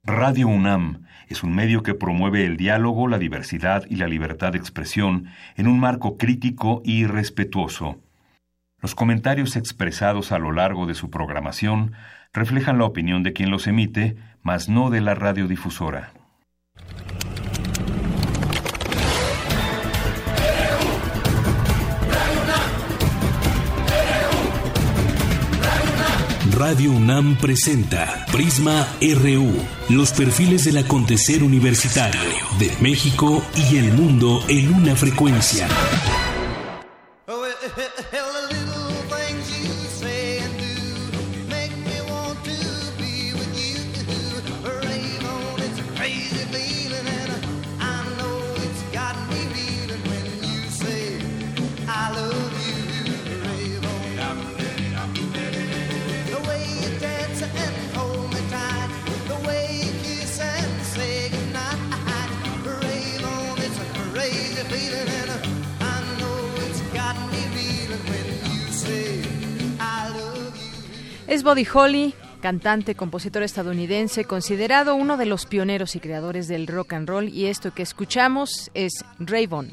Radio UNAM es un medio que promueve el diálogo, la diversidad y la libertad de expresión en un marco crítico y respetuoso. Los comentarios expresados a lo largo de su programación reflejan la opinión de quien los emite, mas no de la radiodifusora. Radio UNAM presenta Prisma RU, los perfiles del acontecer universitario de México y el mundo en una frecuencia. Es Buddy Holly, cantante, compositor estadounidense, considerado uno de los pioneros y creadores del rock and roll, y esto que escuchamos es Rave On.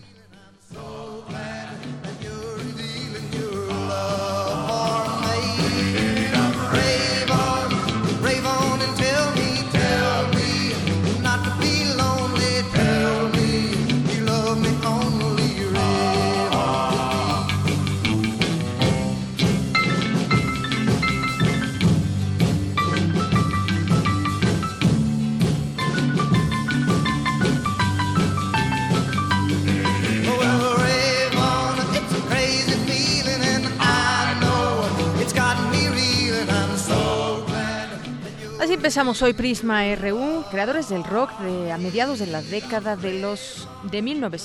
Así empezamos hoy Prisma RU, creadores del rock a mediados de la década de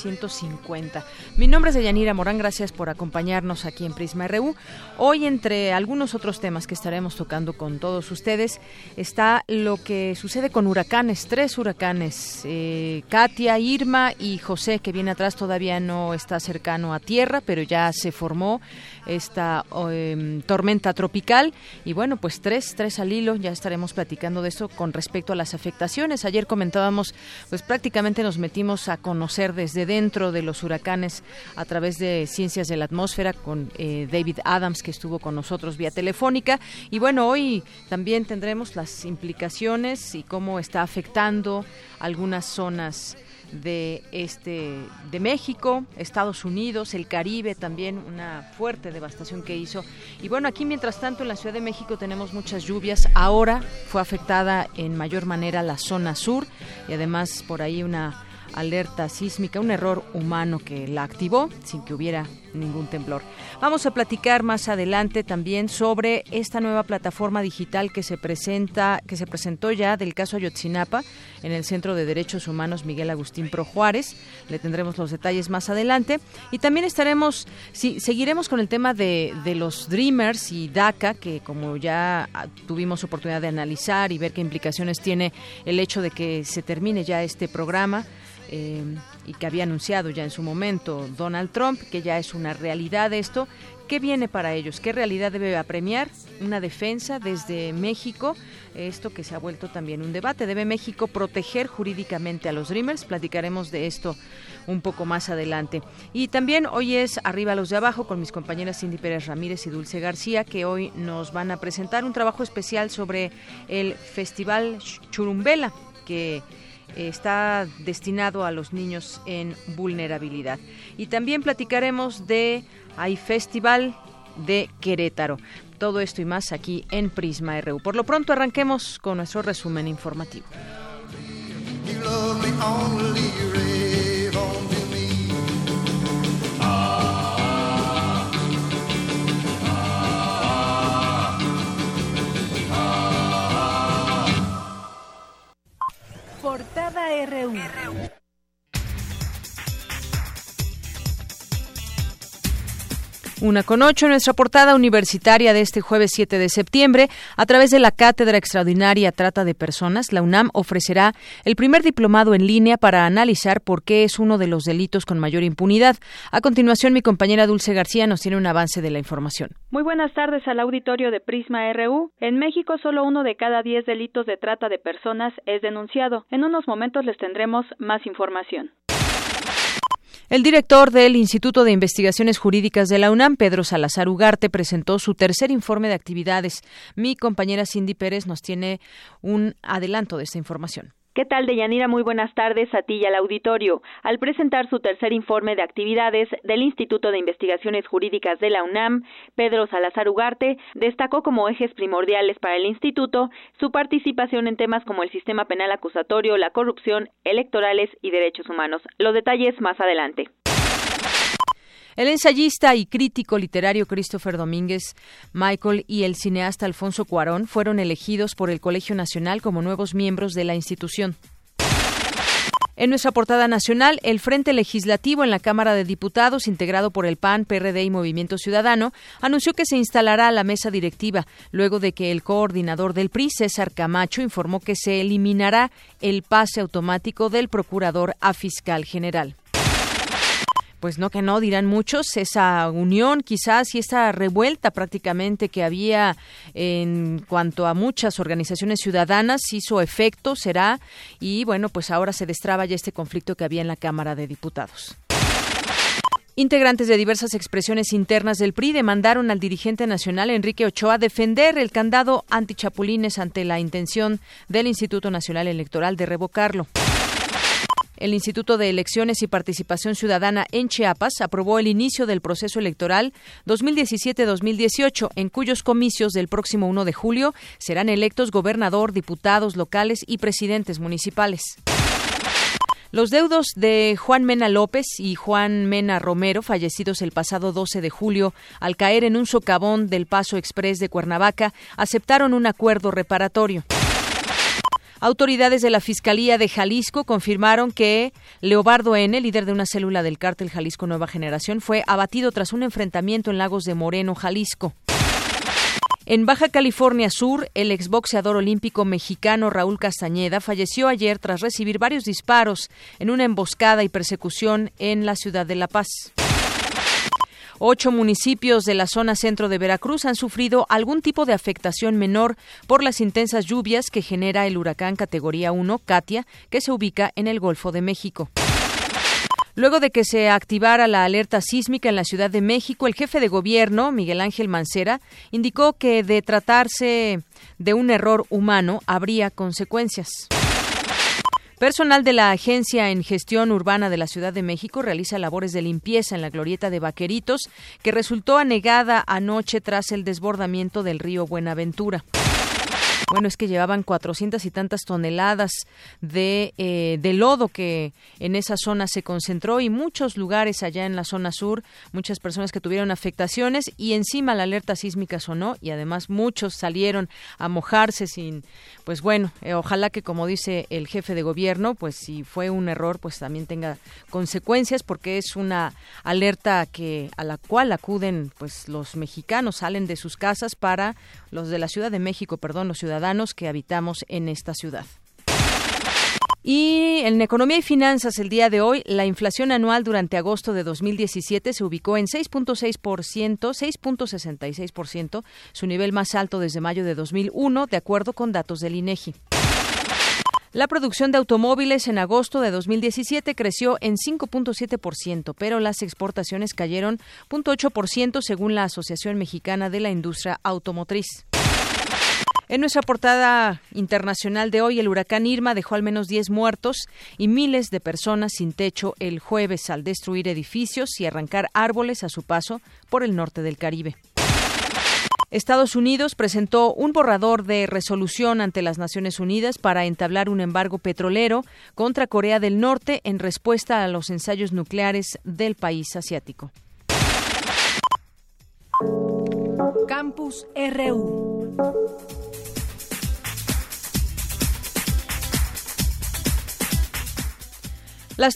1950. Mi nombre es Deyanira Morán, gracias por acompañarnos aquí en Prisma RU. Hoy, entre algunos otros temas que estaremos tocando con todos ustedes, está lo que sucede con huracanes, 3 huracanes, Katia, Irma y José, que viene atrás, todavía no está cercano a tierra, pero ya se formó esta tormenta tropical, y bueno, pues tres al hilo, ya estaremos platicando de eso con respecto a las afectaciones. Ayer comentábamos, pues prácticamente nos metimos a conocer desde dentro de los huracanes a través de Ciencias de la Atmósfera con David Adams, que estuvo con nosotros vía telefónica, y bueno, hoy también tendremos las implicaciones y cómo está afectando algunas zonas de México, Estados Unidos, el Caribe también, una fuerte devastación que hizo. Y bueno, aquí mientras tanto en la Ciudad de México tenemos muchas lluvias. Ahora fue afectada en mayor manera la zona sur y además por ahí una alerta sísmica, un error humano que la activó sin que hubiera ningún temblor. Vamos a platicar más adelante también sobre esta nueva plataforma digital que se presentó ya del caso Ayotzinapa en el Centro de Derechos Humanos Miguel Agustín Pro Juárez. Le tendremos los detalles más adelante y también seguiremos con el tema de los Dreamers y DACA, que como ya tuvimos oportunidad de analizar y ver qué implicaciones tiene el hecho de que se termine ya este programa. Y que había anunciado ya en su momento Donald Trump, que ya es una realidad esto. ¿Qué viene para ellos? ¿Qué realidad debe apremiar? Una defensa desde México, esto que se ha vuelto también un debate. ¿Debe México proteger jurídicamente a los Dreamers? Platicaremos de esto un poco más adelante. Y también hoy es Arriba los de Abajo con mis compañeras Cindy Pérez Ramírez y Dulce García, que hoy nos van a presentar un trabajo especial sobre el Festival Churumbela, que está destinado a los niños en vulnerabilidad. Y también platicaremos de iFestival de Querétaro. Todo esto y más aquí en Prisma RU. Por lo pronto arranquemos con nuestro resumen informativo. Portada RU. 1:08, nuestra portada universitaria de este jueves 7 de septiembre. A través de la Cátedra Extraordinaria Trata de Personas, la UNAM ofrecerá el primer diplomado en línea para analizar por qué es uno de los delitos con mayor impunidad. A continuación, mi compañera Dulce García nos tiene un avance de la información. Muy buenas tardes al auditorio de Prisma RU. En México, solo 1 de cada 10 delitos de trata de personas es denunciado. En unos momentos les tendremos más información. El director del Instituto de Investigaciones Jurídicas de la UNAM, Pedro Salazar Ugarte, presentó su tercer informe de actividades. Mi compañera Cindy Pérez nos tiene un adelanto de esta información. ¿Qué tal, Deyanira? Muy buenas tardes a ti y al auditorio. Al presentar su tercer informe de actividades del Instituto de Investigaciones Jurídicas de la UNAM, Pedro Salazar Ugarte destacó como ejes primordiales para el instituto su participación en temas como el sistema penal acusatorio, la corrupción, electorales y derechos humanos. Los detalles más adelante. El ensayista y crítico literario Christopher Domínguez Michael y el cineasta Alfonso Cuarón fueron elegidos por el Colegio Nacional como nuevos miembros de la institución. En nuestra portada nacional, el Frente Legislativo en la Cámara de Diputados, integrado por el PAN, PRD y Movimiento Ciudadano, anunció que se instalará la mesa directiva, luego de que el coordinador del PRI, César Camacho, informó que se eliminará el pase automático del procurador a fiscal general. Pues no que no, dirán muchos, esa unión quizás y esa revuelta prácticamente que había en cuanto a muchas organizaciones ciudadanas hizo efecto, será, y bueno, pues ahora se destraba ya este conflicto que había en la Cámara de Diputados. Integrantes de diversas expresiones internas del PRI demandaron al dirigente nacional Enrique Ochoa defender el candado antichapulines ante la intención del Instituto Nacional Electoral de revocarlo. El Instituto de Elecciones y Participación Ciudadana en Chiapas aprobó el inicio del proceso electoral 2017-2018, en cuyos comicios del próximo 1 de julio serán electos gobernador, diputados locales y presidentes municipales. Los deudos de Juan Mena López y Juan Mena Romero, fallecidos el pasado 12 de julio al caer en un socavón del Paso Express de Cuernavaca, aceptaron un acuerdo reparatorio. Autoridades de la Fiscalía de Jalisco confirmaron que Leobardo N., líder de una célula del cártel Jalisco Nueva Generación, fue abatido tras un enfrentamiento en Lagos de Moreno, Jalisco. En Baja California Sur, el exboxeador olímpico mexicano Raúl Castañeda falleció ayer tras recibir varios disparos en una emboscada y persecución en la ciudad de La Paz. 8 municipios de la zona centro de Veracruz han sufrido algún tipo de afectación menor por las intensas lluvias que genera el huracán categoría 1, Katia, que se ubica en el Golfo de México. Luego de que se activara la alerta sísmica en la Ciudad de México, el jefe de gobierno, Miguel Ángel Mancera, indicó que de tratarse de un error humano, habría consecuencias. Personal de la Agencia en Gestión Urbana de la Ciudad de México realiza labores de limpieza en la glorieta de Vaqueritos, que resultó anegada anoche tras el desbordamiento del río Buenaventura. Bueno, es que llevaban 400 y tantas toneladas de lodo que en esa zona se concentró y muchos lugares allá en la zona sur, muchas personas que tuvieron afectaciones y encima la alerta sísmica sonó y además muchos salieron a mojarse sin, pues bueno, ojalá que como dice el jefe de gobierno, pues si fue un error, pues también tenga consecuencias porque es una alerta a la cual acuden pues los mexicanos, salen de sus casas para los de la Ciudad de México, los ciudadanos que habitamos en esta ciudad. Y en Economía y Finanzas el día de hoy, la inflación anual durante agosto de 2017 se ubicó en 6.66%, su nivel más alto desde mayo de 2001, de acuerdo con datos del INEGI. La producción de automóviles en agosto de 2017 creció en 5.7%, pero las exportaciones cayeron 0.8% según la Asociación Mexicana de la Industria Automotriz. En nuestra portada internacional de hoy, el huracán Irma dejó al menos 10 muertos y miles de personas sin techo el jueves al destruir edificios y arrancar árboles a su paso por el norte del Caribe. Estados Unidos presentó un borrador de resolución ante las Naciones Unidas para entablar un embargo petrolero contra Corea del Norte en respuesta a los ensayos nucleares del país asiático. Campus RU. Las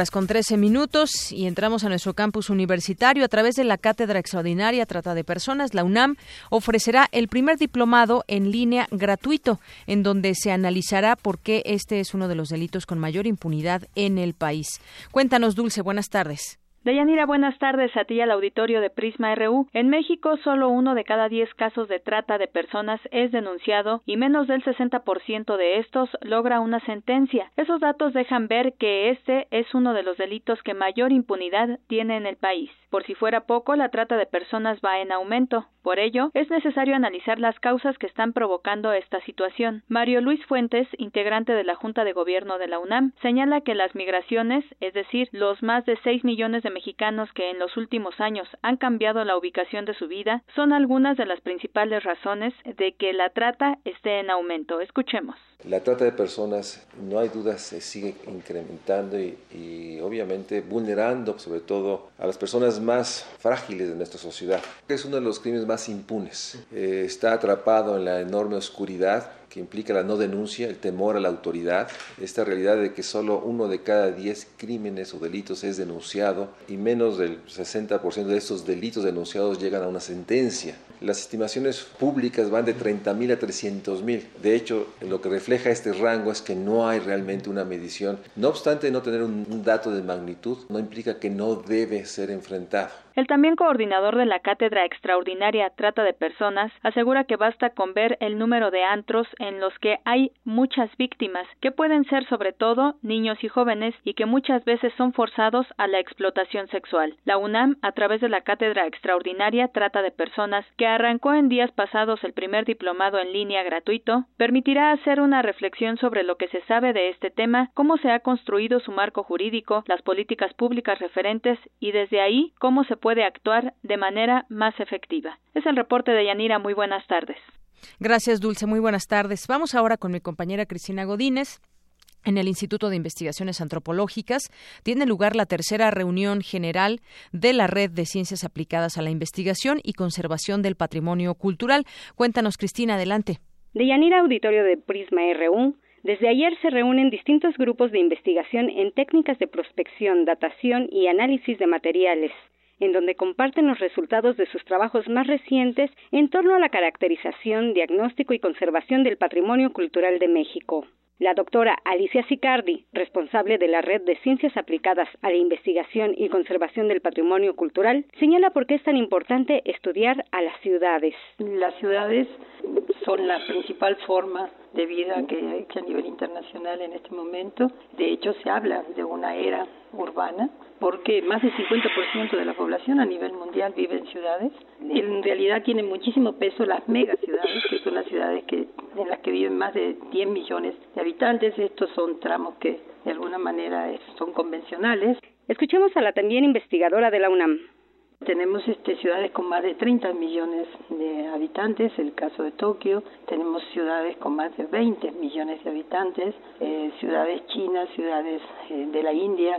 13:13 y entramos a nuestro campus universitario. A través de la Cátedra Extraordinaria Trata de Personas, la UNAM ofrecerá el primer diplomado en línea gratuito, en donde se analizará por qué este es uno de los delitos con mayor impunidad en el país. Cuéntanos, Dulce, buenas tardes. Deyanira, buenas tardes a ti y al auditorio de Prisma RU. En México, solo 1 de cada 10 casos de trata de personas es denunciado y menos del 60% de estos logra una sentencia. Esos datos dejan ver que este es uno de los delitos que mayor impunidad tiene en el país. Por si fuera poco, la trata de personas va en aumento. Por ello, es necesario analizar las causas que están provocando esta situación. Mario Luis Fuentes, integrante de la Junta de Gobierno de la UNAM, señala que las migraciones, es decir, los más de 6 millones de mexicanos que en los últimos años han cambiado la ubicación de su vida, son algunas de las principales razones de que la trata esté en aumento. Escuchemos. La trata de personas, no hay dudas, se sigue incrementando y obviamente vulnerando sobre todo a las personas más frágiles de nuestra sociedad. Es uno de los crímenes más impunes. Está atrapado en la enorme oscuridad que implica la no denuncia, el temor a la autoridad, esta realidad de que solo 1 de cada 10 crímenes o delitos es denunciado y menos del 60% de estos delitos denunciados llegan a una sentencia. Las estimaciones públicas van de 30,000 a 300,000. De hecho, lo que refleja este rango es que no hay realmente una medición. No obstante, no tener un dato de magnitud no implica que no debe ser enfrentado. El también coordinador de la Cátedra Extraordinaria Trata de Personas asegura que basta con ver el número de antros en los que hay muchas víctimas, que pueden ser sobre todo niños y jóvenes y que muchas veces son forzados a la explotación sexual. La UNAM, a través de la Cátedra Extraordinaria Trata de Personas, que arrancó en días pasados el primer diplomado en línea gratuito, permitirá hacer una reflexión sobre lo que se sabe de este tema, cómo se ha construido su marco jurídico, las políticas públicas referentes y desde ahí cómo se puede actuar de manera más efectiva. Es el reporte de Yanira. Muy buenas tardes. Gracias, Dulce. Muy buenas tardes. Vamos ahora con mi compañera Cristina Godínez. En el Instituto de Investigaciones Antropológicas tiene lugar la tercera reunión general de la Red de Ciencias Aplicadas a la Investigación y Conservación del Patrimonio Cultural. Cuéntanos, Cristina, adelante. Deyanira, auditorio de Prisma RU. Desde ayer se reúnen distintos grupos de investigación en técnicas de prospección, datación y análisis de materiales, en donde comparten los resultados de sus trabajos más recientes en torno a la caracterización, diagnóstico y conservación del patrimonio cultural de México. La doctora Alicia Sicardi, responsable de la Red de Ciencias Aplicadas a la Investigación y Conservación del Patrimonio Cultural, señala por qué es tan importante estudiar a las ciudades. Las ciudades son la principal forma de vida que hay a nivel internacional en este momento. De hecho, se habla de una era urbana, porque más del 50% de la población a nivel mundial vive en ciudades. En realidad tienen muchísimo peso las megaciudades, que son las ciudades en las que viven más de 10 millones de habitantes. Estos son tramos que de alguna manera son convencionales. Escuchemos a la también investigadora de la UNAM. Tenemos ciudades con más de 30 millones de habitantes, el caso de Tokio. Tenemos ciudades con más de 20 millones de habitantes, ciudades chinas, ciudades de la India.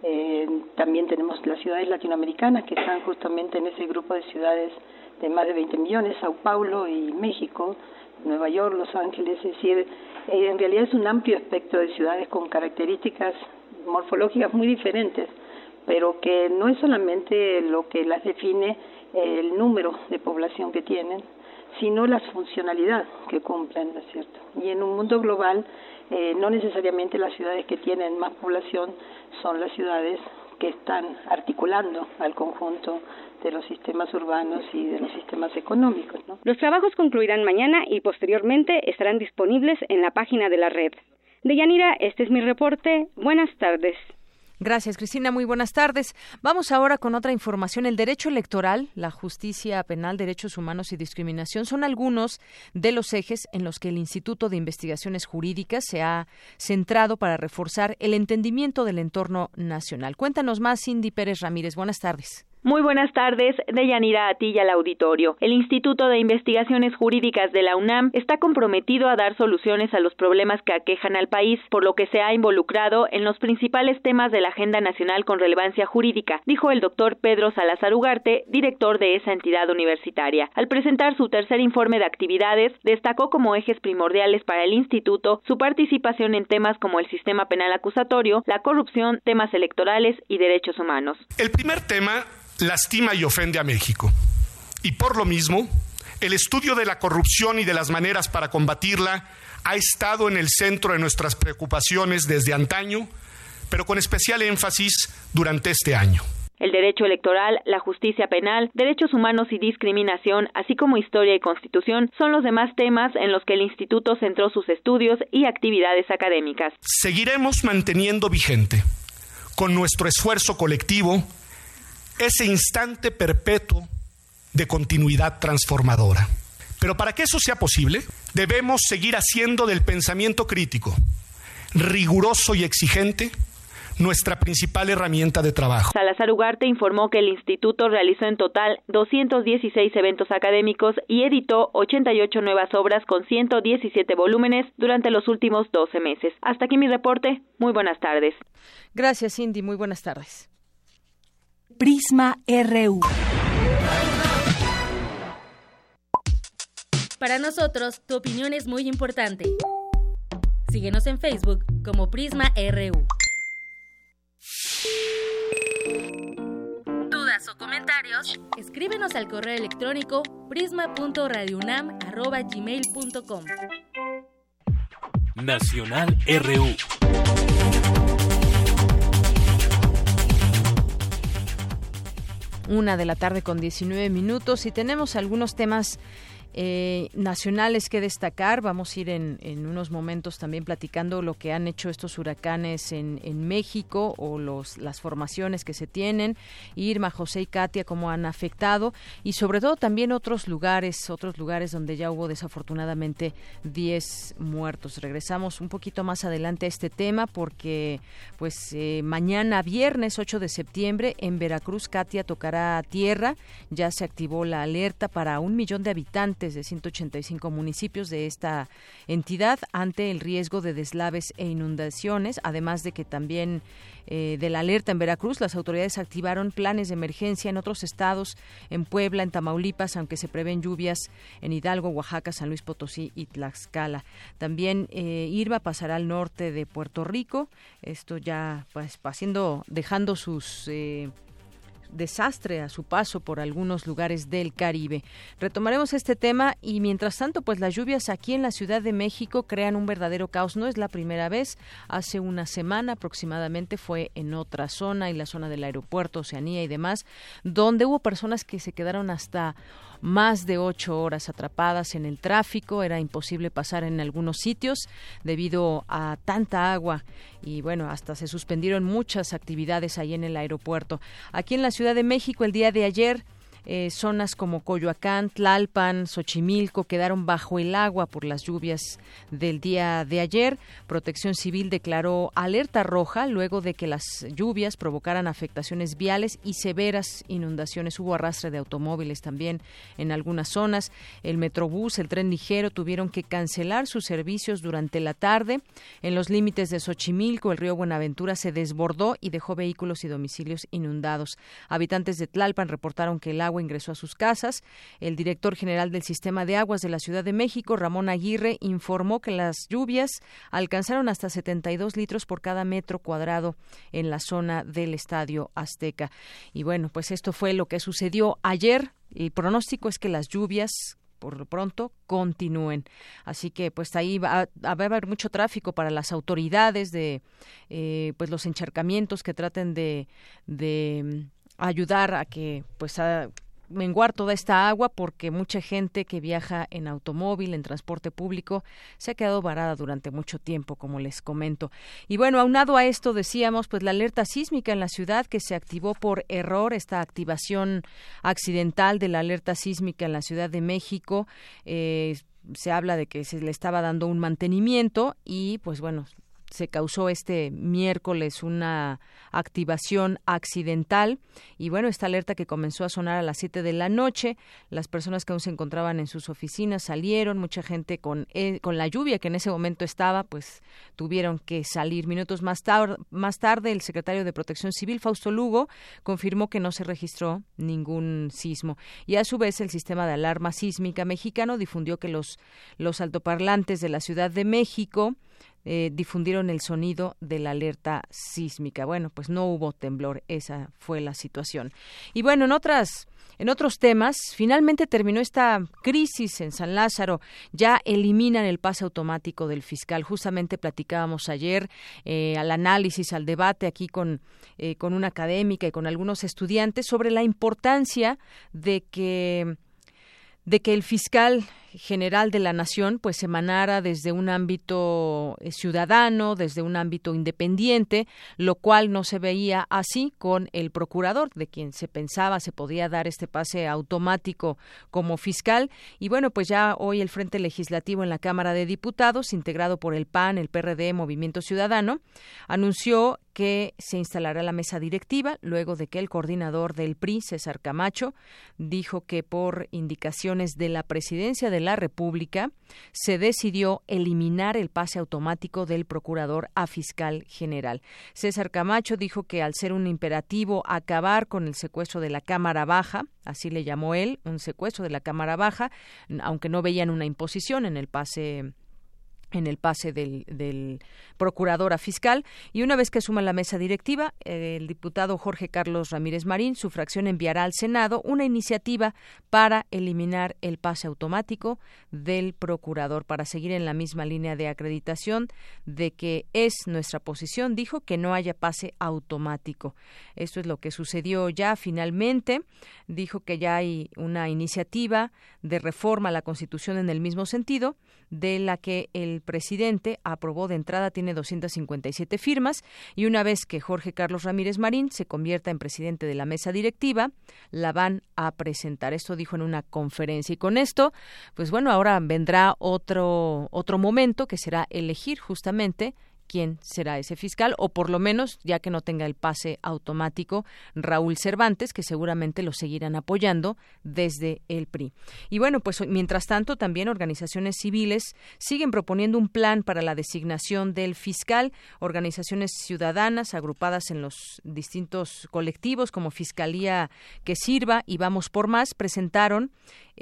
También tenemos las ciudades latinoamericanas que están justamente en ese grupo de ciudades de más de 20 millones, Sao Paulo y México, Nueva York, Los Ángeles. Es decir, en realidad es un amplio espectro de ciudades con características morfológicas muy diferentes, pero que no es solamente lo que las define el número de población que tienen, sino la funcionalidad que cumplen, ¿no es cierto? Y en un mundo global, no necesariamente las ciudades que tienen más población son las ciudades que están articulando al conjunto de los sistemas urbanos y de los sistemas económicos, ¿no? Los trabajos concluirán mañana y posteriormente estarán disponibles en la página de la red. Deyanira, este es mi reporte. Buenas tardes. Gracias, Cristina. Muy buenas tardes. Vamos ahora con otra información. El derecho electoral, la justicia penal, derechos humanos y discriminación son algunos de los ejes en los que el Instituto de Investigaciones Jurídicas se ha centrado para reforzar el entendimiento del entorno nacional. Cuéntanos más, Cindy Pérez Ramírez. Buenas tardes. Muy buenas tardes, Deyanira, a ti y al auditorio. El Instituto de Investigaciones Jurídicas de la UNAM está comprometido a dar soluciones a los problemas que aquejan al país, por lo que se ha involucrado en los principales temas de la agenda nacional con relevancia jurídica, dijo el doctor Pedro Salazar Ugarte, director de esa entidad universitaria. Al presentar su tercer informe de actividades, destacó como ejes primordiales para el instituto su participación en temas como el sistema penal acusatorio, la corrupción, temas electorales y derechos humanos. El primer tema lastima y ofende a México. Y por lo mismo, el estudio de la corrupción y de las maneras para combatirla ha estado en el centro de nuestras preocupaciones desde antaño, pero con especial énfasis durante este año. El derecho electoral, la justicia penal, derechos humanos y discriminación, así como historia y constitución, son los demás temas en los que el instituto centró sus estudios y actividades académicas. Seguiremos manteniendo vigente, con nuestro esfuerzo colectivo, ese instante perpetuo de continuidad transformadora. Pero para que eso sea posible, debemos seguir haciendo del pensamiento crítico, riguroso y exigente, nuestra principal herramienta de trabajo. Salazar Ugarte informó que el instituto realizó en total 216 eventos académicos y editó 88 nuevas obras con 117 volúmenes durante los últimos 12 meses. Hasta aquí mi reporte. Muy buenas tardes. Gracias, Cindy. Muy buenas tardes. Prisma RU. Para nosotros, tu opinión es muy importante. Síguenos en Facebook como Prisma RU. ¿Dudas o comentarios? Escríbenos al correo electrónico prisma.radiounam@gmail.com. Nacional RU. Una de la tarde con 19 minutos y tenemos algunos temas nacionales que destacar. Vamos a ir en unos momentos también platicando lo que han hecho estos huracanes en México o las formaciones que se tienen. Irma, José y Katia, cómo han afectado y sobre todo también otros lugares donde ya hubo desafortunadamente 10 muertos. Regresamos un poquito más adelante a este tema porque pues mañana viernes 8 de septiembre en Veracruz, Katia, tocará tierra. Ya se activó la alerta para 1 millón de habitantes de 185 municipios de esta entidad ante el riesgo de deslaves e inundaciones, además de que también de la alerta en Veracruz, las autoridades activaron planes de emergencia en otros estados, en Puebla, en Tamaulipas, aunque se prevén lluvias en Hidalgo, Oaxaca, San Luis Potosí y Tlaxcala. También Irma pasará al norte de Puerto Rico, esto ya pues dejando sus desastre a su paso por algunos lugares del Caribe. Retomaremos este tema y mientras tanto, pues las lluvias aquí en la Ciudad de México crean un verdadero caos. No es la primera vez. Hace una semana aproximadamente fue en otra zona, en la zona del aeropuerto, Oceanía y demás, donde hubo personas que se quedaron hasta más de 8 horas atrapadas en el tráfico. Era imposible pasar en algunos sitios debido a tanta agua y bueno, hasta se suspendieron muchas actividades ahí en el aeropuerto. Aquí en la Ciudad de México el día de ayer zonas como Coyoacán, Tlalpan, Xochimilco quedaron bajo el agua por las lluvias del día de ayer. Protección Civil declaró alerta roja luego de que las lluvias provocaran afectaciones viales y severas inundaciones. Hubo arrastre de automóviles también en algunas zonas. El Metrobús, el tren ligero tuvieron que cancelar sus servicios durante la tarde. En los límites de Xochimilco, el río Buenaventura se desbordó y dejó vehículos y domicilios inundados. Habitantes de Tlalpan reportaron que el agua ingresó a sus casas. El director general del Sistema de Aguas de la Ciudad de México, Ramón Aguirre, informó que las lluvias alcanzaron hasta 72 litros por cada metro cuadrado en la zona del Estadio Azteca. Y bueno, pues esto fue lo que sucedió ayer. El pronóstico es que las lluvias por lo pronto continúen. Así que pues ahí va a haber mucho tráfico para las autoridades de pues los encharcamientos que traten de ayudar a que pues menguar toda esta agua, porque mucha gente que viaja en automóvil, en transporte público, se ha quedado varada durante mucho tiempo, como les comento. Y bueno, aunado a esto, decíamos, pues la alerta sísmica en la ciudad que se activó por error, esta activación accidental de la alerta sísmica en la Ciudad de México, se habla de que se le estaba dando un mantenimiento y pues bueno, se causó este miércoles una activación accidental y bueno, esta alerta que comenzó a sonar a las 7 de la noche, las personas que aún se encontraban en sus oficinas salieron, mucha gente con la lluvia que en ese momento estaba, pues tuvieron que salir. Minutos más tarde, el secretario de Protección Civil, Fausto Lugo, confirmó que no se registró ningún sismo y a su vez el sistema de alarma sísmica mexicano difundió que los altoparlantes de la Ciudad de México difundieron el sonido de la alerta sísmica. Bueno, pues no hubo temblor, esa fue la situación. Y bueno, en otros temas, finalmente terminó esta crisis en San Lázaro. Ya eliminan el pase automático del fiscal. Justamente platicábamos ayer al análisis, al debate aquí con una académica y con algunos estudiantes sobre la importancia de que el fiscal general de la Nación pues emanara desde un ámbito ciudadano, desde un ámbito independiente, lo cual no se veía así con el procurador, de quien se pensaba se podía dar este pase automático como fiscal. Y bueno, pues ya hoy el Frente Legislativo en la Cámara de Diputados, integrado por el PAN, el PRD, Movimiento Ciudadano, anunció que se instalará la mesa directiva luego de que el coordinador del PRI, César Camacho, dijo que por indicaciones de la Presidencia de la República se decidió eliminar el pase automático del procurador a fiscal general. César Camacho dijo que al ser un imperativo acabar con el secuestro de la Cámara Baja, así le llamó él, un secuestro de la Cámara Baja, aunque no veían una imposición en el pase del procurador a fiscal, y una vez que asuma la mesa directiva, el diputado Jorge Carlos Ramírez Marín, su fracción enviará al Senado una iniciativa para eliminar el pase automático del procurador, para seguir en la misma línea de acreditación de que es nuestra posición, dijo, que no haya pase automático. Esto es lo que sucedió ya finalmente. Dijo que ya hay una iniciativa de reforma a la Constitución en el mismo sentido, de la que el presidente aprobó de entrada, tiene 257 firmas, y una vez que Jorge Carlos Ramírez Marín se convierta en presidente de la mesa directiva, la van a presentar. Esto dijo en una conferencia. Y con esto, pues bueno, ahora vendrá otro momento que será elegir justamente quién será ese fiscal, o por lo menos, ya que no tenga el pase automático, Raúl Cervantes, que seguramente lo seguirán apoyando desde el PRI. Y bueno, pues mientras tanto, también organizaciones civiles siguen proponiendo un plan para la designación del fiscal. Organizaciones ciudadanas agrupadas en los distintos colectivos como Fiscalía que Sirva y Vamos por Más presentaron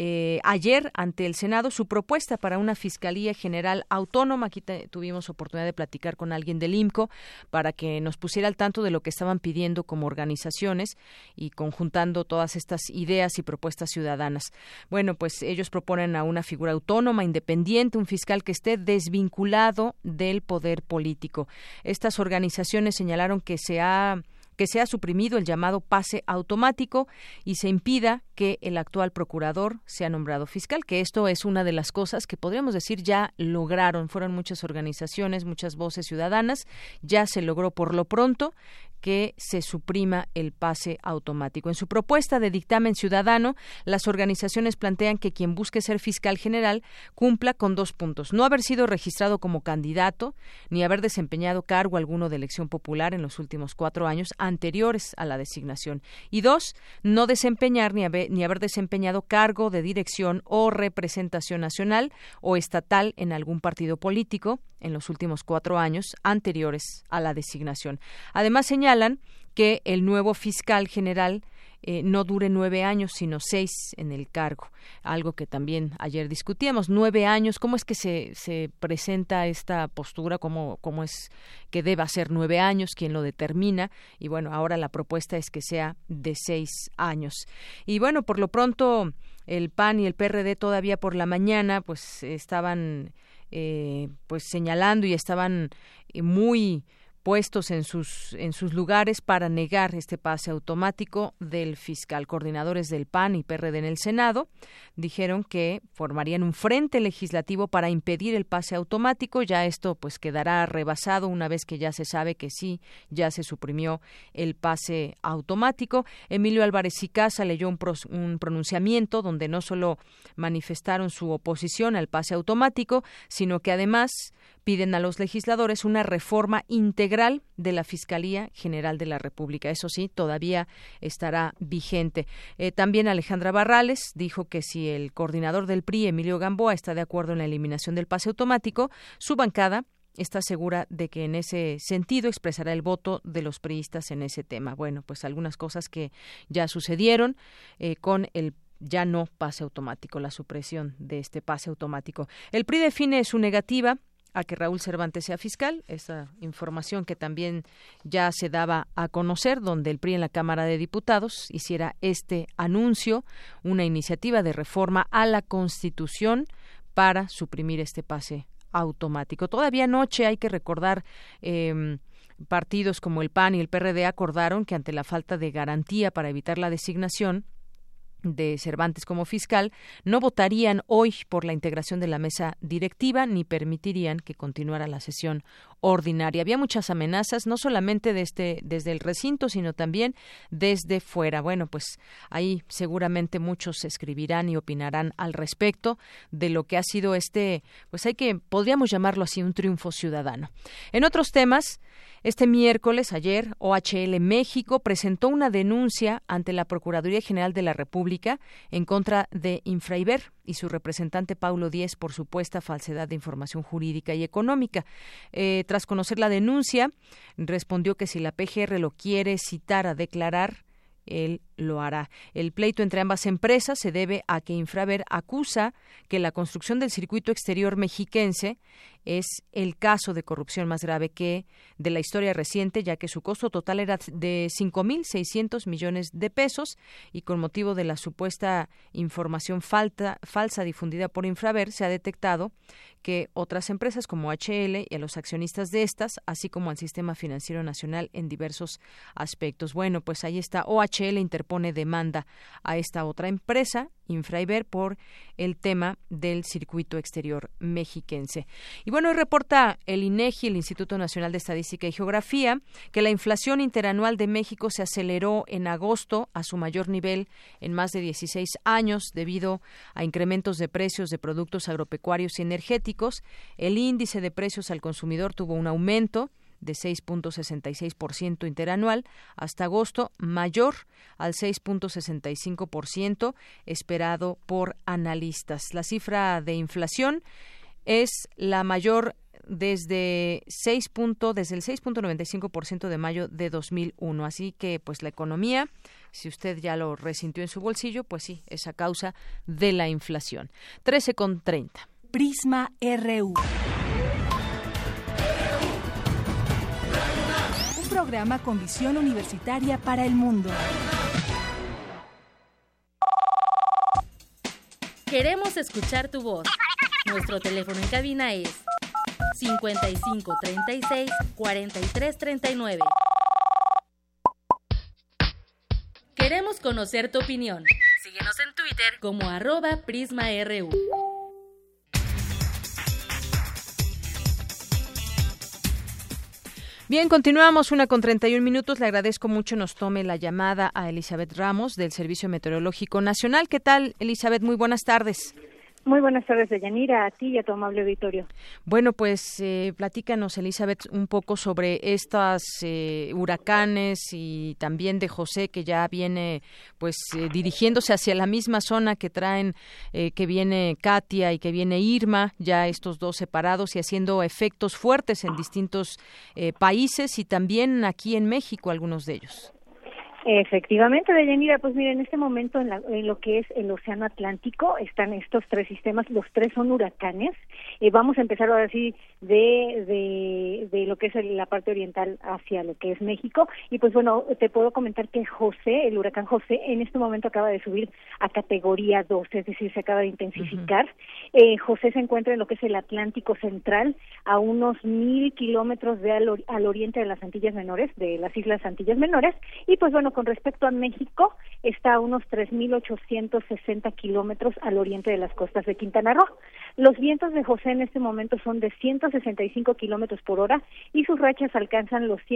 ayer ante el Senado su propuesta para una Fiscalía General Autónoma. Aquí tuvimos oportunidad de platicar con alguien del IMCO para que nos pusiera al tanto de lo que estaban pidiendo como organizaciones y conjuntando todas estas ideas y propuestas ciudadanas. Bueno, pues ellos proponen a una figura autónoma, independiente, un fiscal que esté desvinculado del poder político. Estas organizaciones señalaron que se ha suprimido el llamado pase automático y se impida que el actual procurador sea nombrado fiscal, que esto es una de las cosas que podríamos decir ya lograron. Fueron muchas organizaciones, muchas voces ciudadanas, ya se logró por lo pronto que se suprima el pase automático. En su propuesta de dictamen ciudadano, las organizaciones plantean que quien busque ser fiscal general cumpla con 2 puntos: no haber sido registrado como candidato, ni haber desempeñado cargo alguno de elección popular en los últimos 4 años anteriores a la designación, y 2, no desempeñar ni haber desempeñado cargo de dirección o representación nacional o estatal en algún partido político en los últimos 4 años anteriores a la designación. Además, señalan que el nuevo fiscal general no dure 9 años, sino 6 en el cargo, algo que también ayer discutíamos. 9 años, ¿cómo es que se presenta esta postura? ¿Cómo es que deba ser 9 años? ¿Quién lo determina? Y bueno, ahora la propuesta es que sea de 6 años. Y bueno, por lo pronto, el PAN y el PRD todavía por la mañana pues estaban pues señalando y estaban muy puestos en sus lugares para negar este pase automático del fiscal. Coordinadores del PAN y PRD en el Senado dijeron que formarían un frente legislativo para impedir el pase automático. Ya esto pues quedará rebasado una vez que ya se sabe que sí, ya se suprimió el pase automático. Emilio Álvarez y Casa leyó un pronunciamiento donde no solo manifestaron su oposición al pase automático, sino que además piden a los legisladores una reforma integral de la Fiscalía General de la República. Eso sí, todavía estará vigente. También Alejandra Barrales dijo que si el coordinador del PRI, Emilio Gamboa, está de acuerdo en la eliminación del pase automático, su bancada está segura de que en ese sentido expresará el voto de los priistas en ese tema. Bueno, pues algunas cosas que ya sucedieron con el ya no pase automático, la supresión de este pase automático. El PRI define su negativa a que Raúl Cervantes sea fiscal, esa información que también ya se daba a conocer, donde el PRI en la Cámara de Diputados hiciera este anuncio, una iniciativa de reforma a la Constitución para suprimir este pase automático. Todavía anoche, hay que recordar, partidos como el PAN y el PRD acordaron que ante la falta de garantía para evitar la designación de Cervantes como fiscal, no votarían hoy por la integración de la mesa directiva ni permitirían que continuara la sesión ordinaria. Había muchas amenazas, no solamente desde el recinto, sino también desde fuera. Bueno, pues ahí seguramente muchos escribirán y opinarán al respecto de lo que ha sido podríamos llamarlo así, un triunfo ciudadano. En otros temas, este miércoles, ayer, OHL México presentó una denuncia ante la Procuraduría General de la República en contra de Infraiber y su representante Paulo Díez por supuesta falsedad de información jurídica y económica. Tras conocer la denuncia, respondió que si la PGR lo quiere citar a declarar, él lo hará. El pleito entre ambas empresas se debe a que Infraver acusa que la construcción del circuito exterior mexiquense es el caso de corrupción más grave que de la historia reciente, ya que su costo total era de 5,600 millones de pesos y con motivo de la supuesta información falsa difundida por Infraver, se ha detectado que otras empresas como HL y a los accionistas de estas, así como al sistema financiero nacional en diversos aspectos. Bueno, pues ahí está. OHL interpone demanda a esta otra empresa, Infraiber, por el tema del circuito exterior mexiquense. Y bueno, hoy reporta el INEGI, el Instituto Nacional de Estadística y Geografía, que la inflación interanual de México se aceleró en agosto a su mayor nivel en más de 16 años debido a incrementos de precios de productos agropecuarios y energéticos. El índice de precios al consumidor tuvo un aumento de 6.66% interanual hasta agosto, mayor al 6.65% esperado por analistas. La cifra de inflación es la mayor desde el 6.95% de mayo de 2001. Así que, pues, la economía, si usted ya lo resintió en su bolsillo, pues sí, es a causa de la inflación. 13:30. Prisma RU. Un programa con visión universitaria para el mundo. Queremos escuchar tu voz. Nuestro teléfono en cabina es 5536-4339. Queremos conocer tu opinión. Síguenos en Twitter como @PrismaRU. Bien, continuamos 1:31. Le agradezco mucho nos tome la llamada a Elizabeth Ramos del Servicio Meteorológico Nacional. ¿Qué tal, Elizabeth? Muy buenas tardes. Muy buenas tardes, Deyanira, a ti y a tu amable auditorio. Bueno, pues platícanos, Elizabeth, un poco sobre estas huracanes y también de José, que ya viene dirigiéndose hacia la misma zona que traen, que viene Katia y que viene Irma, ya estos dos separados y haciendo efectos fuertes en distintos países y también aquí en México, algunos de ellos. Efectivamente, Deyanira, pues mira, en este momento en lo que es el Océano Atlántico están estos tres sistemas, los tres son huracanes. Vamos a empezar ahora sí de lo que es la parte oriental hacia lo que es México, y pues bueno, te puedo comentar que José, el huracán José, en este momento acaba de subir a categoría 2, es decir, se acaba de intensificar. José se encuentra en lo que es el Atlántico Central, a unos 1,000 kilómetros al oriente de las Antillas Menores, de las Islas Antillas Menores, y pues bueno, bueno, con respecto a México, está a unos 3.860 kilómetros al oriente de las costas de Quintana Roo. Los vientos de José en este momento son de 165 kilómetros por hora y sus rachas alcanzan los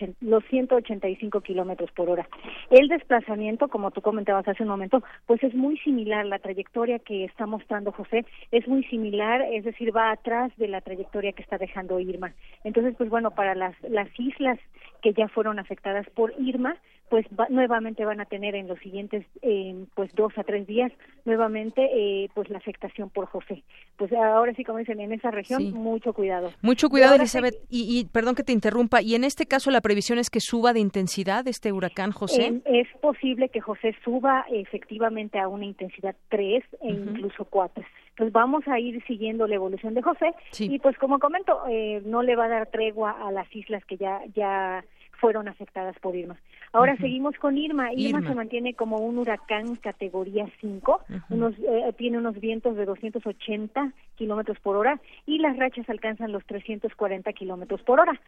185 kilómetros por hora. El desplazamiento, como tú comentabas hace un momento, pues es muy similar. La trayectoria que está mostrando José es muy similar, es decir, va atrás de la trayectoria que está dejando Irma. Entonces, pues bueno, para las islas que ya fueron afectadas por Irma, pues nuevamente van a tener en los siguientes pues 2 a 3 días nuevamente pues la afectación por José. Pues ahora sí, como dicen, en esa región, sí, mucho cuidado. Mucho cuidado, Elizabeth. Y perdón que te interrumpa, y en este caso la previsión es que suba de intensidad este huracán José. Es posible que José suba efectivamente a una intensidad 3 e incluso 4. Entonces vamos a ir siguiendo la evolución de José, sí, y pues como comento, no le va a dar tregua a las islas que ya fueron afectadas por Irma. Ahora seguimos con Irma. Irma se mantiene como un huracán categoría 5, tiene unos vientos de 280 kilómetros por hora y las rachas alcanzan los 340 kilómetros por hora.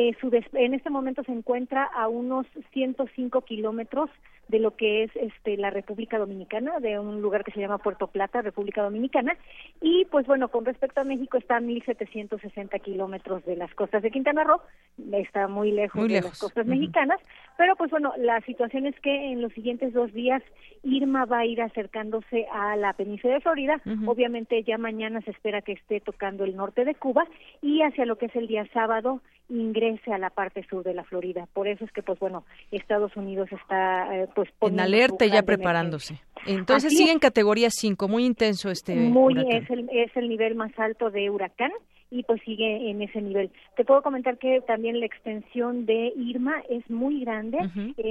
En este momento se encuentra a unos 105 kilómetros de lo que es la República Dominicana, de un lugar que se llama Puerto Plata, República Dominicana, y pues bueno, con respecto a México está a 1.760 kilómetros de las costas de Quintana Roo, está muy lejos de las costas mexicanas, pero pues bueno, la situación es que en los siguientes 2 días Irma va a ir acercándose a la península de Florida, obviamente ya mañana se espera que esté tocando el norte de Cuba y hacia lo que es el día sábado ingrese a la parte sur de la Florida. Por eso es que pues bueno, Estados Unidos está pues en alerta y ya preparándose. Entonces sigue en categoría 5, muy intenso huracán. Es el nivel más alto de huracán y pues sigue en ese nivel. Te puedo comentar que también la extensión de Irma es muy grande.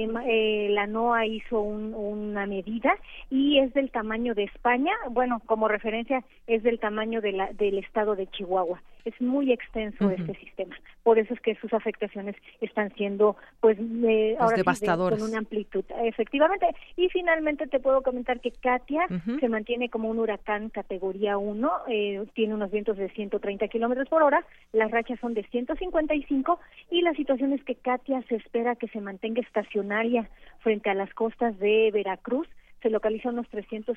La NOAA hizo una medida y es del tamaño de España. Bueno, como referencia es del tamaño del estado de Chihuahua. Es muy extenso este sistema. Por eso es que sus afectaciones están siendo pues ahora devastadoras, con una amplitud, efectivamente. Y finalmente te puedo comentar que Katia se mantiene como un huracán categoría 1, tiene unos vientos de 130 kilómetros por hora, las rachas son de 155 y la situación es que Katia se espera que se mantenga estacionaria frente a las costas de Veracruz. Se localiza unos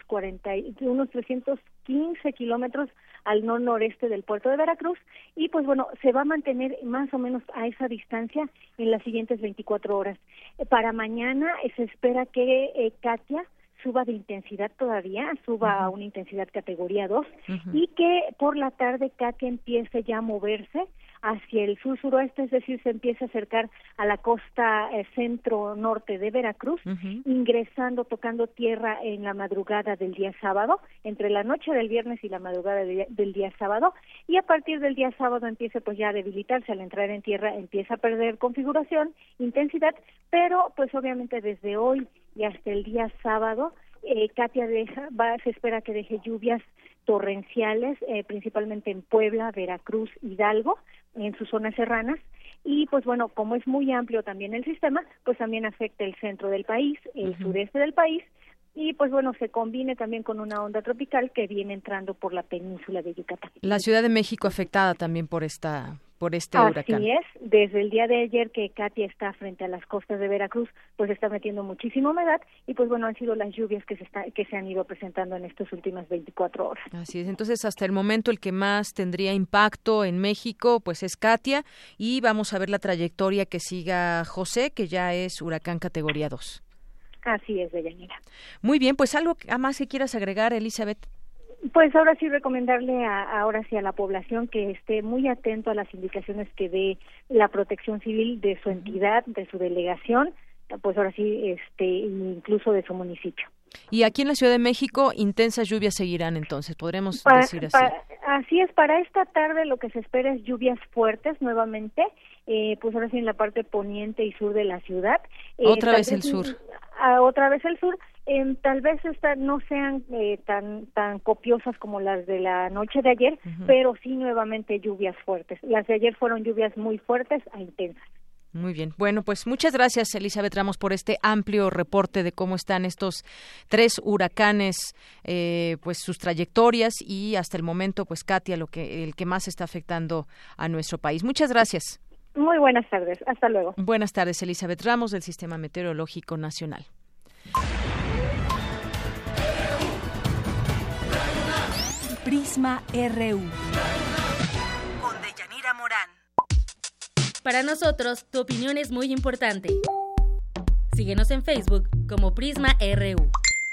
315 kilómetros al noreste del puerto de Veracruz y pues bueno, se va a mantener más o menos a esa distancia en las siguientes 24 horas. Para mañana se espera que Katia suba de intensidad todavía, suba a una intensidad categoría 2 y que por la tarde Katia empiece ya a moverse hacia el sur-suroeste, es decir, se empieza a acercar a la costa centro-norte de Veracruz, ingresando, tocando tierra en la madrugada del día sábado, entre la noche del viernes y la madrugada del día sábado, y a partir del día sábado empieza pues ya a debilitarse, al entrar en tierra empieza a perder configuración, intensidad, pero pues obviamente desde hoy y hasta el día sábado, Katia se espera que deje lluvias torrenciales, principalmente en Puebla, Veracruz, Hidalgo, en sus zonas serranas, y pues bueno, como es muy amplio también el sistema, pues también afecta el centro del país, el sureste del país, y pues bueno, se combine también con una onda tropical que viene entrando por la península de Yucatán. La Ciudad de México afectada también por este huracán. Así es, desde el día de ayer que Katia está frente a las costas de Veracruz, pues está metiendo muchísima humedad y pues bueno, han sido las lluvias que se han ido presentando en estas últimas 24 horas. Así es, entonces hasta el momento el que más tendría impacto en México pues es Katia y vamos a ver la trayectoria que siga José, que ya es huracán categoría 2. Así es, Deyanira. Muy bien, pues algo más que quieras agregar, Elizabeth. Pues ahora sí recomendarle a la población que esté muy atento a las indicaciones que dé la Protección Civil de su entidad, de su delegación, pues ahora sí incluso de su municipio. Y aquí en la Ciudad de México intensas lluvias seguirán entonces, podremos decir así. Así es, para esta tarde lo que se espera es lluvias fuertes nuevamente, pues ahora sí en la parte poniente y sur de la ciudad. Otra vez el sur. Otra vez el sur. Tal vez no sean tan copiosas como las de la noche de ayer, pero sí nuevamente lluvias fuertes. Las de ayer fueron lluvias muy fuertes a intensas. Muy bien. Bueno, pues muchas gracias, Elizabeth Ramos, por este amplio reporte de cómo están estos 3 huracanes, pues sus trayectorias y hasta el momento, pues Katia, el que más está afectando a nuestro país. Muchas gracias. Muy buenas tardes, hasta luego. Buenas tardes, Elizabeth Ramos, del Sistema Meteorológico Nacional. Prisma RU. Con Deyanira Morán. Para nosotros, tu opinión es muy importante. Síguenos en Facebook como Prisma RU.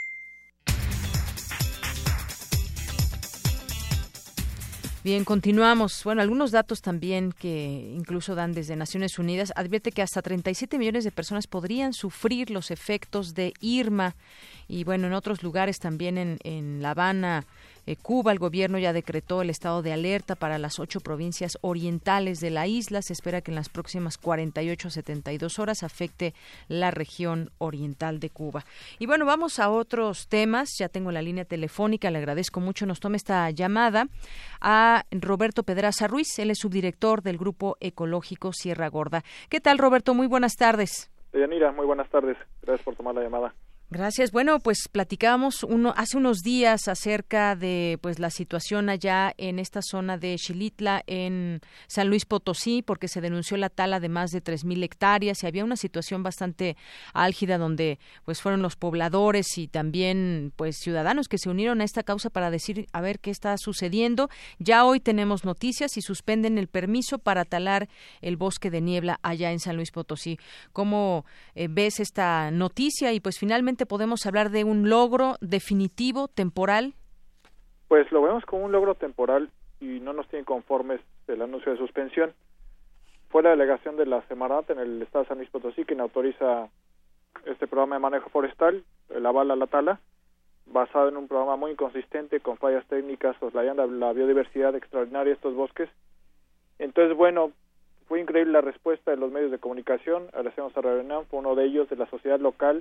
Bien, continuamos. Bueno, algunos datos también que incluso dan desde Naciones Unidas. Advierte que hasta 37 millones de personas podrían sufrir los efectos de Irma. Y bueno, en otros lugares también en La Habana, Cuba, el gobierno ya decretó el estado de alerta para las 8 provincias orientales de la isla. Se espera que en las próximas 48 a 72 horas afecte la región oriental de Cuba. Y bueno, vamos a otros temas. Ya tengo la línea telefónica. Le agradezco mucho. Nos toma esta llamada a Roberto Pedraza Ruiz. Él es subdirector del Grupo Ecológico Sierra Gorda. ¿Qué tal, Roberto? Muy buenas tardes. Deyanira, muy buenas tardes. Gracias por tomar la llamada. Gracias. Bueno, pues platicábamos hace unos días acerca de pues la situación allá en esta zona de Xilitla, en San Luis Potosí, porque se denunció la tala de más de 3,000 hectáreas y había una situación bastante álgida donde pues fueron los pobladores y también pues ciudadanos que se unieron a esta causa para decir a ver qué está sucediendo. Ya hoy tenemos noticias y suspenden el permiso para talar el bosque de niebla allá en San Luis Potosí. ¿Cómo ves esta noticia? Y pues finalmente podemos hablar de un logro definitivo, temporal. Pues lo vemos como un logro temporal y no nos tiene conformes el anuncio de suspensión. Fue la delegación de la Semarnat en el estado de San Luis Potosí quien autoriza este programa de manejo forestal, el aval a la tala, basado en un programa muy inconsistente, con fallas técnicas, soslayando la biodiversidad extraordinaria de estos bosques. Entonces, bueno, fue increíble la respuesta de los medios de comunicación. Agradecemos a Radio UNAM, fue uno de ellos, de la sociedad local,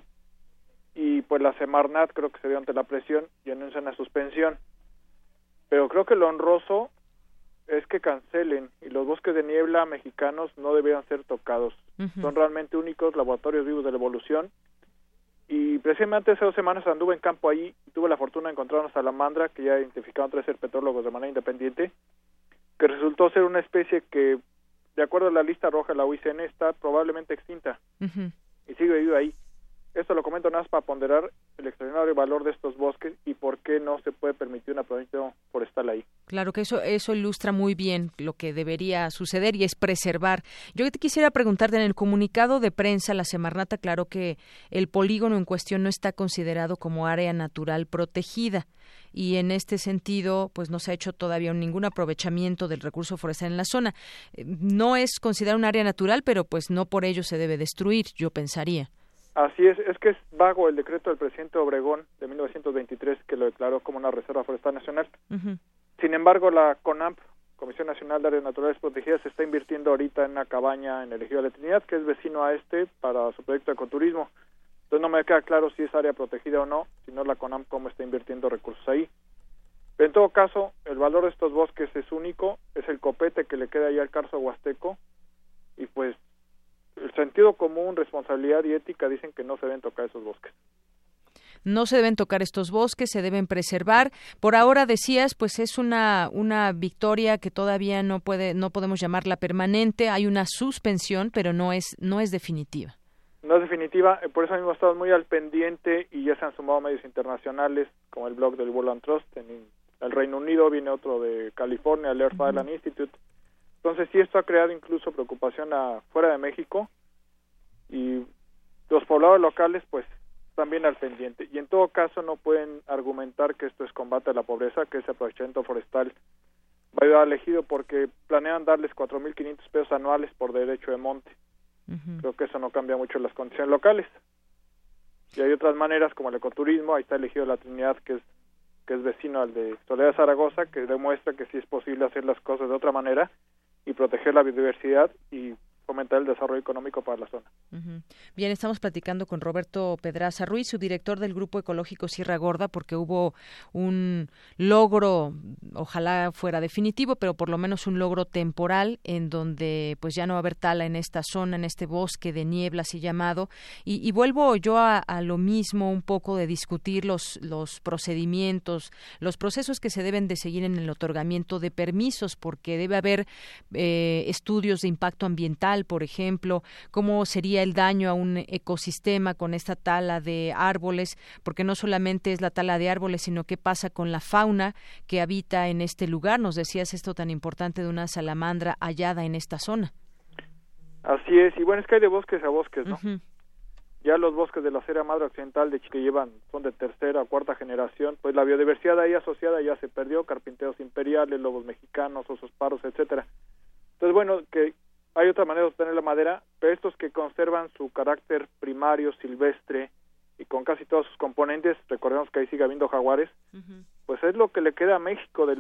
y pues la Semarnat creo que se dio ante la presión y anuncian la suspensión. Pero creo que lo honroso es que cancelen, y los bosques de niebla mexicanos no deberían ser tocados. Son realmente únicos, laboratorios vivos de la evolución, y precisamente hace 2 semanas anduve en campo allí y tuve la fortuna de encontrar una salamandra que ya identificaron 3 herpetólogos de manera independiente, que resultó ser una especie que, de acuerdo a la lista roja de la UICN, está probablemente extinta y sigue viva ahí. Esto lo comento nada más para ponderar el extraordinario valor de estos bosques y por qué no se puede permitir una protección forestal ahí. Claro que eso ilustra muy bien lo que debería suceder y es preservar. Yo te quisiera preguntarte, en el comunicado de prensa, la Semarnat aclaró que el polígono en cuestión no está considerado como área natural protegida y en este sentido pues no se ha hecho todavía ningún aprovechamiento del recurso forestal en la zona. No es considerado un área natural, pero pues no por ello se debe destruir, yo pensaría. Así es que es vago el decreto del presidente Obregón de 1923 que lo declaró como una reserva forestal nacional. Sin embargo, la CONAMP, Comisión Nacional de Áreas Naturales Protegidas, está invirtiendo ahorita en una cabaña en el Ejido de la Trinidad, que es vecino a para su proyecto de ecoturismo. Entonces no me queda claro si es área protegida o no, si no la CONAMP cómo está invirtiendo recursos ahí. Pero en todo caso, el valor de estos bosques es único, es el copete que le queda ahí al Carso Huasteco, y pues el sentido común, responsabilidad y ética dicen que no se deben tocar esos bosques. No se deben tocar estos bosques, se deben preservar. Por ahora, decías, pues es una victoria que todavía no podemos llamarla permanente. Hay una suspensión, pero no es definitiva. No es definitiva, por eso mismo estamos muy al pendiente y ya se han sumado medios internacionales como el blog del World Trust. En el Reino Unido viene otro de California, el Earth Island Institute. Entonces sí, esto ha creado incluso preocupación fuera de México y los pobladores locales pues están bien al pendiente. Y en todo caso no pueden argumentar que esto es combate a la pobreza, que ese aprovechamiento forestal va a ayudar al ejido porque planean darles 4,500 pesos anuales por derecho de monte. Creo que eso no cambia mucho las condiciones locales. Y hay otras maneras como el ecoturismo, ahí está el Ejido de la Trinidad que es vecino al de Soledad Zaragoza, que demuestra que sí es posible hacer las cosas de otra manera y proteger la biodiversidad y fomentar el desarrollo económico para la zona. Bien, estamos platicando con Roberto Pedraza Ruiz, su director del Grupo Ecológico Sierra Gorda, porque hubo un logro, ojalá fuera definitivo, pero por lo menos un logro temporal en donde pues ya no va a haber tala en esta zona, en este bosque de niebla así llamado, y vuelvo yo a lo mismo un poco de discutir los procedimientos, los procesos que se deben de seguir en el otorgamiento de permisos, porque debe haber estudios de impacto ambiental, por ejemplo, cómo sería el daño a un ecosistema con esta tala de árboles, porque no solamente es la tala de árboles, sino qué pasa con la fauna que habita en este lugar. Nos decías esto tan importante de una salamandra hallada en esta zona. Así es, y bueno, es que hay de bosques a bosques, ¿no? Ya los bosques de la Sierra Madre Occidental de que son de tercera o cuarta generación, pues la biodiversidad ahí asociada ya se perdió, carpinteros imperiales, lobos mexicanos, osos pardos, etcétera. Entonces, bueno, que hay otra manera de obtener la madera, pero estos que conservan su carácter primario, silvestre, y con casi todos sus componentes, recordemos que ahí sigue habiendo jaguares, pues es lo que le queda a México del